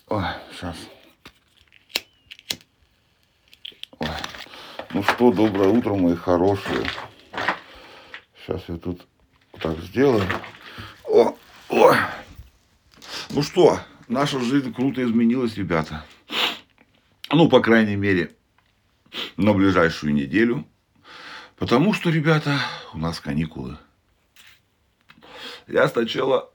Ой, сейчас. Ой. Ну что, доброе утро, мои хорошие. Сейчас я тут так сделаю. О. Ну что, наша жизнь круто изменилась, ребята. Ну, по крайней мере, на ближайшую неделю. Потому что, ребята, у нас каникулы. Я сначала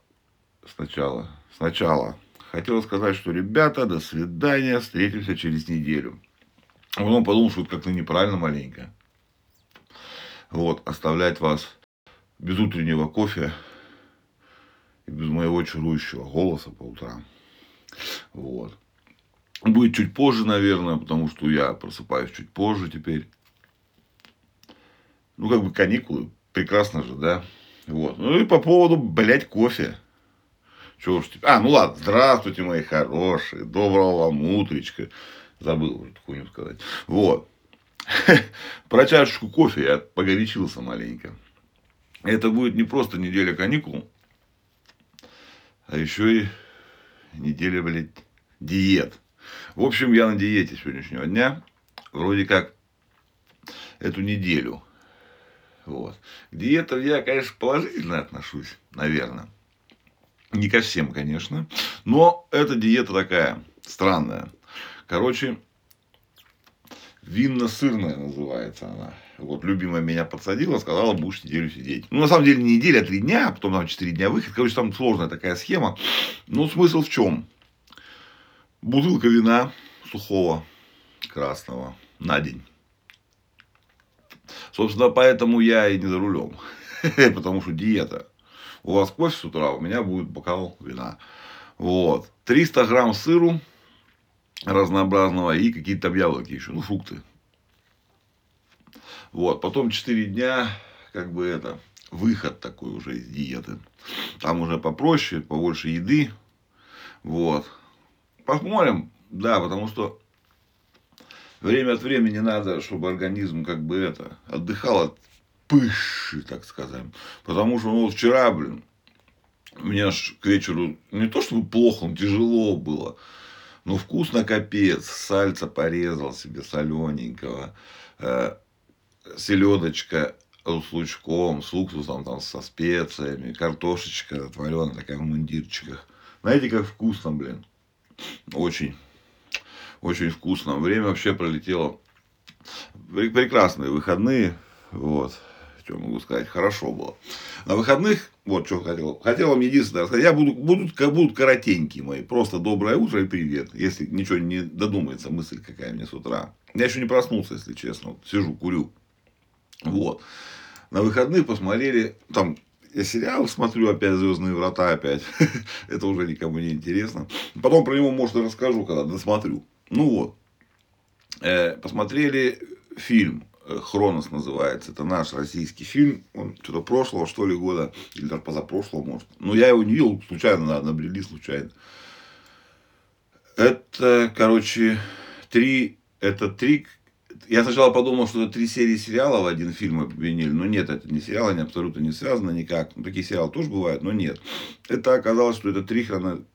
хотел сказать, что, ребята, до свидания, встретимся через неделю. А потом подумал, что это как-то неправильно маленько. Вот, оставлять вас без утреннего кофе и без моего чарующего голоса по утрам. Вот. Будет чуть позже, наверное, потому что я просыпаюсь чуть позже теперь. Ну, как бы каникулы. Прекрасно же, да? Вот. Ну, и по поводу, блядь, кофе. Чего уж теперь. Ну ладно. Здравствуйте, мои хорошие. Доброго вам утречка. Забыл уже эту хуйню сказать. Вот. Про чашечку кофе я погорячился маленько. Это будет не просто неделя каникул, а еще и неделя, блядь, диет. В общем, я на диете сегодняшнего дня. Вроде как эту неделю. Вот. К диетам я, конечно, положительно отношусь, наверное. Не ко всем, конечно. Но эта диета такая странная. Короче, винно-сырная называется она. Вот, любимая меня подсадила, сказала, будешь неделю сидеть. Ну, на самом деле, не неделя, а 3 дня, а потом там 4 дня выход. Короче, там сложная такая схема. Ну, смысл в чем? Бутылка вина сухого, красного, на день. Собственно, поэтому я и не за рулем. Потому что диета. У вас кофе с утра, у меня будет бокал вина. Вот. 300 грамм сыру разнообразного и какие-то там яблоки еще. Ну, фрукты. Вот. Потом 4 дня, как бы это, выход такой уже из диеты. Там уже попроще, побольше еды. Вот. Посмотрим. Да, потому что время от времени надо, чтобы организм как бы это отдыхал от пыши, так сказать. Потому что, ну, вот вчера, блин, у меня ж к вечеру не то чтобы плохо, но тяжело было. Но вкусно капец. Сальца порезал себе солененького. Селедочка с лучком, с уксусом, там, со специями. Картошечка вареная такая в мундирчиках. Знаете, как вкусно, блин. Очень, очень вкусно. Время вообще пролетело. Прекрасные выходные. Вот. Что могу сказать? Хорошо было. На выходных, вот что хотел. Хотел вам единственное рассказать. Будут коротенькие мои. Просто доброе утро и привет. Если ничего не додумается, мысль какая мне с утра. Я еще не проснулся, если честно. Вот сижу, курю. Вот. На выходных посмотрели. Там я сериал смотрю опять «Звездные врата» опять. Это уже никому не интересно. Потом про него, может, и расскажу, когда досмотрю. Ну вот. Посмотрели фильм. «Хронос» называется. Это наш российский фильм. Он что-то прошлого, что ли, года. Или даже позапрошлого, может. Но я его не видел. Случайно, набрели случайно. Это, короче, я сначала подумал, что это 3 серии сериала в один фильм объединили. Но нет, это не сериал, они абсолютно не связаны никак. Ну, такие сериалы тоже бывают, но нет. Это оказалось, что это 3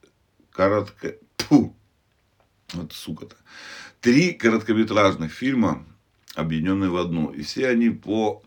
Вот сука-то. 3 короткометражных фильма, объединенные в одну. И все они по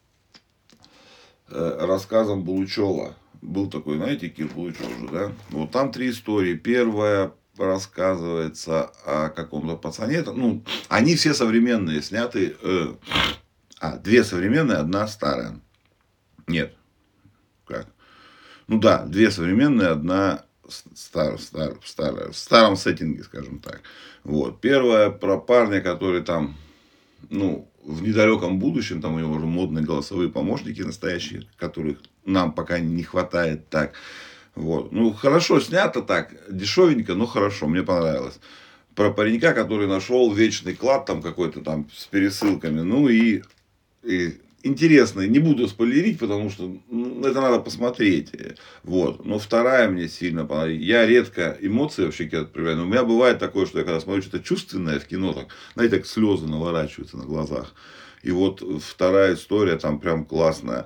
рассказам Булычева. Был такой, знаете, Кир Булычев же, да? Вот там 3 истории. Первая рассказывается о каком-то пацане. Ну, они все современные, сняты. 2 современные, 1 старая. Нет. Как? Ну да, 2 современные, 1 старая. В старом сеттинге, скажем так. Вот. Первая про парня, который там, ну, в недалеком будущем, там у него уже модные голосовые помощники настоящие, которых нам пока не хватает так. Вот. Ну, хорошо снято так, дешевенько, но хорошо, мне понравилось. Про паренька, который нашел вечный клад там какой-то там с пересылками. Ну и интересно, не буду спойлерить, потому что это надо посмотреть. Вот. Но вторая мне сильно понравилась. Я редко эмоции вообще какие-то проявляю. Но у меня бывает такое, что я когда смотрю что-то чувственное в кино, так, знаете, так слезы наворачиваются на глазах. И вот вторая история там прям классная.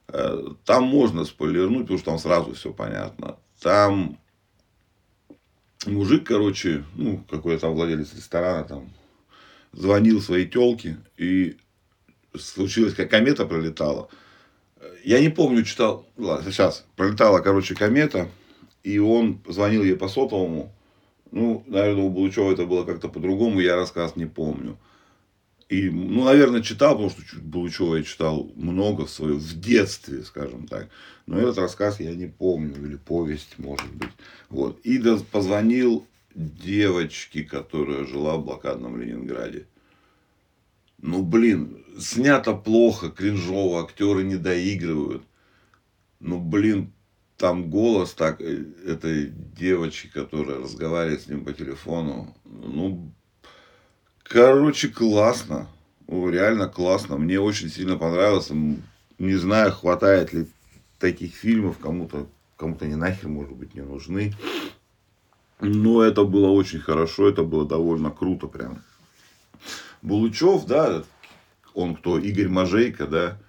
Там можно спойлернуть, потому что там сразу все понятно. Там Мужик, короче, ну, какой-то там владелец ресторана, там, звонил своей телке, и случилось, как комета пролетала. Я не помню, читал, ладно, сейчас, пролетала, короче, комета, и он звонил ей по сотовому. Ну, наверное, у Булычева это было как-то по-другому, я рассказ не помню. И, ну, наверное, читал, потому что Булычева я читал много в детстве, скажем так. Но этот рассказ я не помню, или повесть, может быть. Вот. И позвонил девочке, которая жила в блокадном Ленинграде. Ну, блин, снято плохо, кринжово, актеры не доигрывают. Ну, блин, там голос так этой девочки, которая разговаривает с ним по телефону. Ну, короче, классно. О, реально классно. Мне очень сильно понравилось. Не знаю, хватает ли таких фильмов. Кому-то они нахер, может быть, не нужны. Но это было очень хорошо. Это было довольно круто прям. Булычев, да, он кто? Игорь Можейко, да?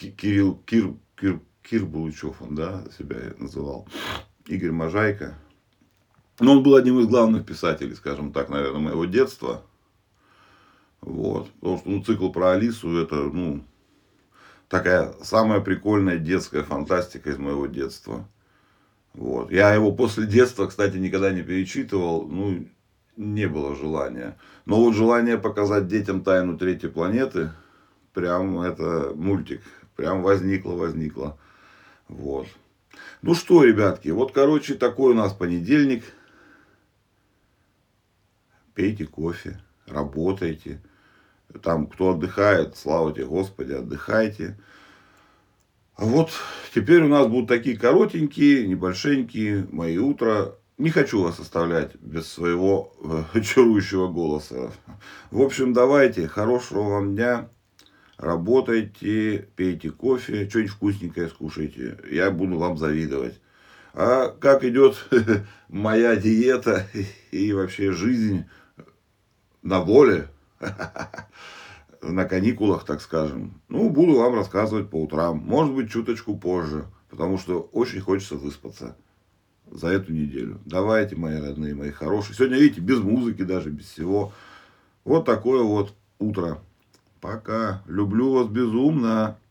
Кир Булычев, он, да, себя называл. Игорь Можайко. Но он был одним из главных писателей, скажем так, наверное, моего детства. Вот. Потому что, ну, цикл про Алису, это, ну, такая самая прикольная детская фантастика из моего детства. Вот. Я его после детства, кстати, никогда не перечитывал. Ну, не было желания. Но вот желание показать детям тайну третьей планеты, прям это мультик. Прям возникло. Вот. Ну что, ребятки, вот, короче, такой у нас понедельник. Пейте кофе, работайте. Там, кто отдыхает, слава тебе, Господи, отдыхайте. А вот теперь у нас будут такие коротенькие, небольшенькие мои утра. Не хочу вас оставлять без своего чарующего голоса. В общем, давайте, хорошего вам дня. Работайте, пейте кофе, что-нибудь вкусненькое скушайте. Я буду вам завидовать. А как идет моя диета и вообще жизнь на воле, на каникулах, так скажем. Ну, буду вам рассказывать по утрам. Может быть, чуточку позже. Потому что очень хочется выспаться за эту неделю. Давайте, мои родные, мои хорошие. Сегодня, видите, без музыки даже, без всего. Вот такое вот утро. Пока. Люблю вас безумно.